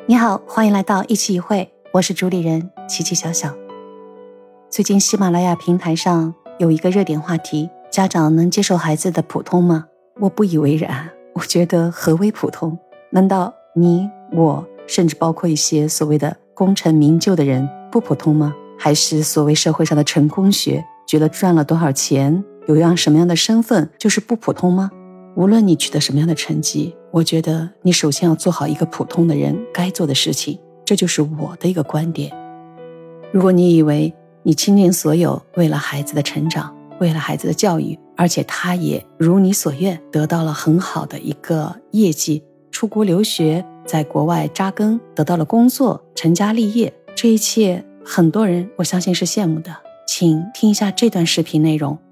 你好，欢迎来到一期一会，我是主理人琪琪小小。最近喜马拉雅平台上有一个热点话题，家长能接受孩子的普通吗？我不以为然，我觉得何为普通？难道你我甚至包括一些所谓的功成名就的人不普通吗？还是所谓社会上的成功学，觉得赚了多少钱，有样什么样的身份就是不普通吗？无论你取得什么样的成绩，我觉得你首先要做好一个普通的人该做的事情，这就是我的一个观点。如果你以为你倾尽所有，为了孩子的成长，为了孩子的教育，而且他也如你所愿得到了很好的一个业绩，出国留学，在国外扎根，得到了工作，成家立业，这一切很多人我相信是羡慕的。请听一下这段视频内容。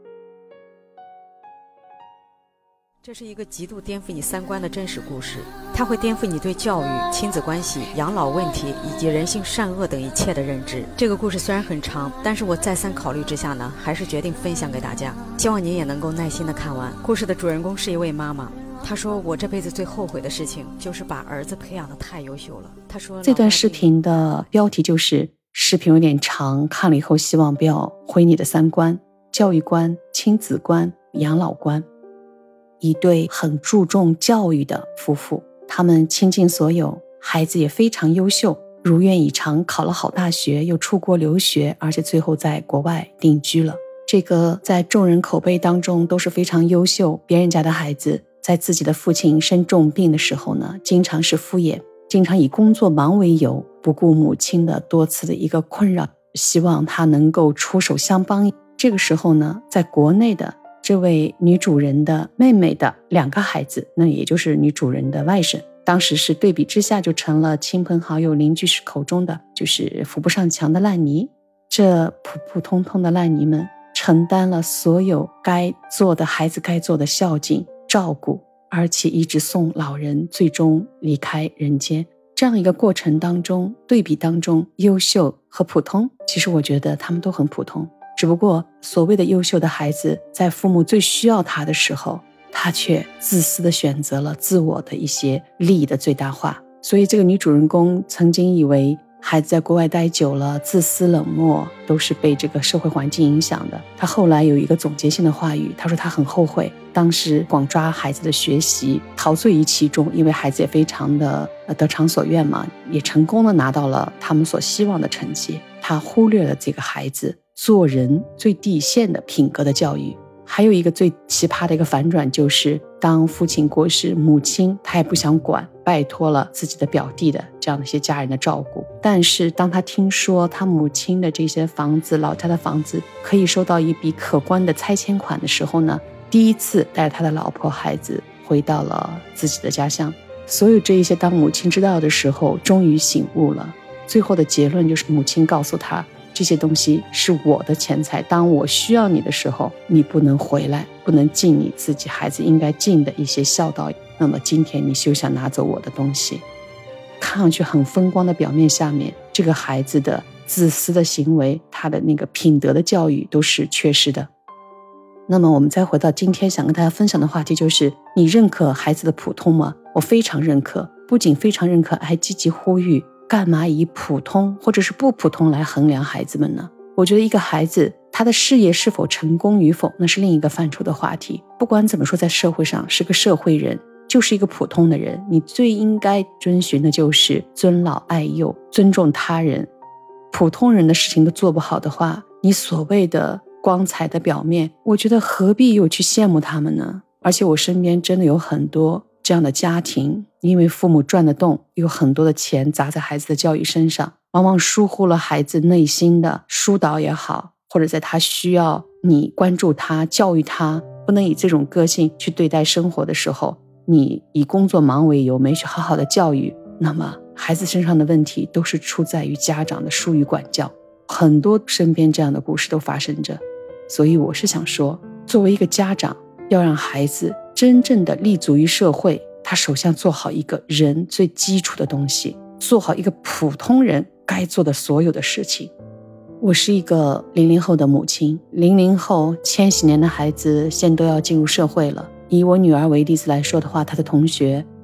这是一个极度颠覆你三观的真实故事，它会颠覆你对教育、亲子关系、养老问题以及人性善恶等一切的认知。这个故事虽然很长，但是我再三考虑之下呢，还是决定分享给大家，希望您也能够耐心的看完。故事的主人公是一位妈妈，她说我这辈子最后悔的事情就是把儿子培养得太优秀了。她说这段视频的标题就是视频有点长，看了以后希望不要毁你的三观，教育观、亲子观、养老观。一对很注重教育的夫妇，他们倾尽所有，孩子也非常优秀，如愿以偿，考了好大学，又出国留学，而且最后在国外定居了。这个在众人口碑当中都是非常优秀，别人家的孩子在自己的父亲生重病的时候呢，经常是敷衍，经常以工作忙为由，不顾母亲的多次的一个困扰，希望他能够出手相帮。这个时候呢，在国内的这位女主人的妹妹的2个孩子，那也就是女主人的外甥，当时是对比之下就成了亲朋好友邻居口中的就是扶不上墙的烂泥。这普普通通的烂泥们承担了所有该做的孩子该做的孝敬照顾，而且一直送老人最终离开人间。这样一个过程当中，对比当中优秀和普通，其实我觉得他们都很普通，只不过所谓的优秀的孩子，在父母最需要他的时候，他却自私地选择了自我的一些利益的最大化。所以这个女主人公曾经以为孩子在国外待久了，自私冷漠，都是被这个社会环境影响的。她后来有一个总结性的话语，她说她很后悔当时光抓孩子的学习，陶醉于其中，因为孩子也非常的得偿所愿嘛，也成功的拿到了他们所希望的成绩。她忽略了这个孩子做人最底线的品格的教育。还有一个最奇葩的一个反转，就是当父亲过世，母亲她也不想管，拜托了自己的表弟的这样的一些家人的照顾。但是当他听说他母亲的这些房子，老家的房子可以收到一笔可观的拆迁款的时候呢，第一次带着他的老婆孩子回到了自己的家乡。所有这一些当母亲知道的时候，终于醒悟了。最后的结论就是母亲告诉他，这些东西是我的钱财，当我需要你的时候，你不能回来，不能尽你自己孩子应该尽的一些孝道，那么今天你休想拿走我的东西。看上去很风光的表面下面，这个孩子的自私的行为，他的那个品德的教育都是缺失的。那么我们再回到今天想跟大家分享的话题，就是你认可孩子的普通吗？我非常认可，不仅非常认可，还积极呼吁，干嘛以普通或者是不普通来衡量孩子们呢？我觉得一个孩子他的事业是否成功与否，那是另一个范畴的话题。不管怎么说，在社会上是个社会人，就是一个普通的人，你最应该遵循的就是尊老爱幼，尊重他人。普通人的事情都做不好的话，你所谓的光彩的表面，我觉得何必又去羡慕他们呢？而且我身边真的有很多这样的家庭，因为父母赚得动，有很多的钱砸在孩子的教育身上，往往疏忽了孩子内心的疏导也好，或者在他需要你关注他、教育他，不能以这种个性去对待生活的时候，你以工作忙为由，没去好好的教育，那么孩子身上的问题都是出在于家长的疏于管教。很多身边这样的故事都发生着。所以我是想说，作为一个家长，要让孩子真正的立足于社会，他首先做好一个人最基础的东西，做好一个普通人该做的所有的事情。我是一个00后的母亲，00后千禧年的孩子现在都要进入社会了。以我女儿为例子来说的话，她的同学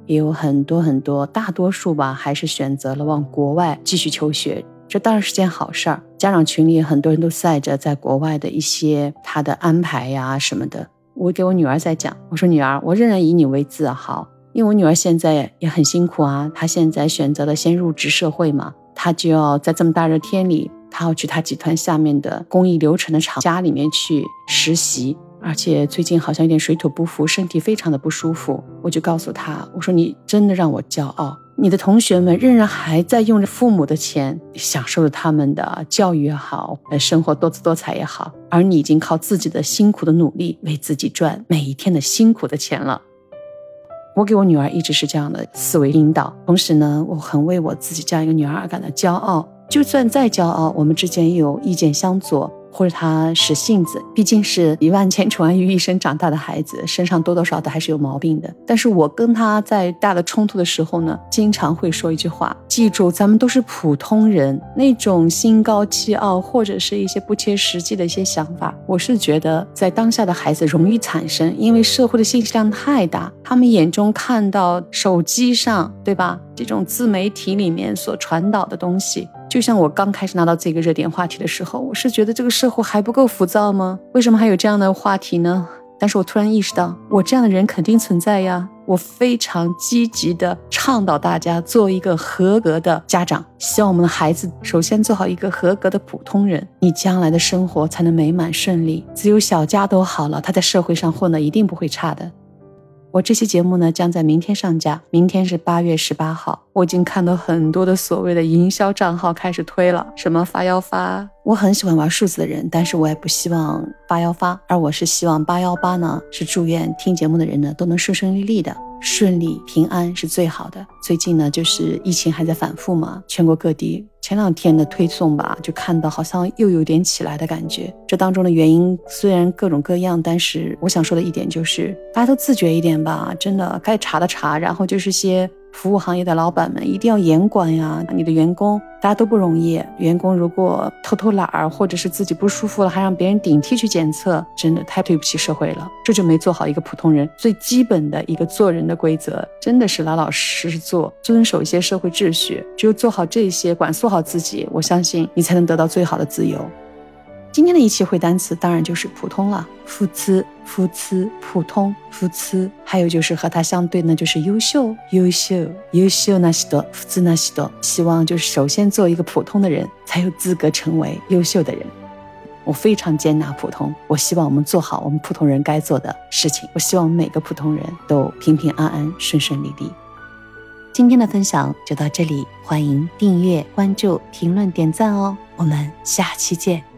也有很多大多数吧还是选择了往国外继续求学，这当然是件好事儿。家长群里很多人都晒着在国外的一些他的安排呀什么的。我给我女儿在讲，我说女儿，我仍然以你为自豪，因为我女儿现在也很辛苦啊，她现在选择了先入职社会嘛，她就要在这么大热天里，她要去她集团下面的工艺流程的厂家里面去实习，而且最近好像有点水土不服，身体非常的不舒服。我就告诉她，我说你真的让我骄傲，你的同学们仍然还在用着父母的钱享受着他们的教育也好，生活多姿多彩也好，而你已经靠自己的辛苦的努力为自己赚每一天的辛苦的钱了。我给我女儿一直是这样的思维引导，同时呢，我很为我自己这样一个女儿而感到骄傲。就算再骄傲，我们之间也有意见相左，或者他使性子，毕竟是10000宠爱于一身长大的孩子，身上多多少少还是有毛病的。但是我跟他在大的冲突的时候呢，经常会说一句话，记住咱们都是普通人，那种心高气傲或者是一些不切实际的一些想法，我是觉得在当下的孩子容易产生，因为社会的信息量太大，他们眼中看到手机上，对吧，这种自媒体里面所传导的东西。就像我刚开始拿到这个热点话题的时候，我是觉得这个社会还不够浮躁吗？为什么还有这样的话题呢？但是我突然意识到，我这样的人肯定存在呀。我非常积极地倡导大家做一个合格的家长，希望我们的孩子首先做好一个合格的普通人，你将来的生活才能美满顺利。只有小家都好了，他在社会上混得一定不会差的。我这期节目呢将在明天上架，明天是8月18号。我已经看到很多的所谓的营销账号开始推了，什么818。我很喜欢玩数字的人，但是我也不希望818发，而我是希望818呢，是祝愿听节目的人呢都能顺顺利利的，顺利平安是最好的。最近呢就是疫情还在反复嘛，全国各地前2天的推送吧，就看到好像又有点起来的感觉。这当中的原因虽然各种各样，但是我想说的一点就是大家都自觉一点吧，真的该查的查，然后就是些服务行业的老板们一定要严管呀，你的员工大家都不容易，员工如果偷懒儿，或者是自己不舒服了还让别人顶替去检测，真的太对不起社会了，这就没做好一个普通人最基本的一个做人的规则，真的是老老实实做，遵守一些社会秩序，只有做好这些，管束好自己，我相信你才能得到最好的自由。今天的一期会单词当然就是普通了，副词、副词、普通、副词，还有就是和它相对呢就是优秀、优秀、優秀な人、普通な人。希望就是首先做一个普通的人，才有资格成为优秀的人。我非常接纳普通，我希望我们做好我们普通人该做的事情，我希望每个普通人都平平安安、顺顺利利。今天的分享就到这里，欢迎订阅、关注、评论、点赞哦，我们下期见。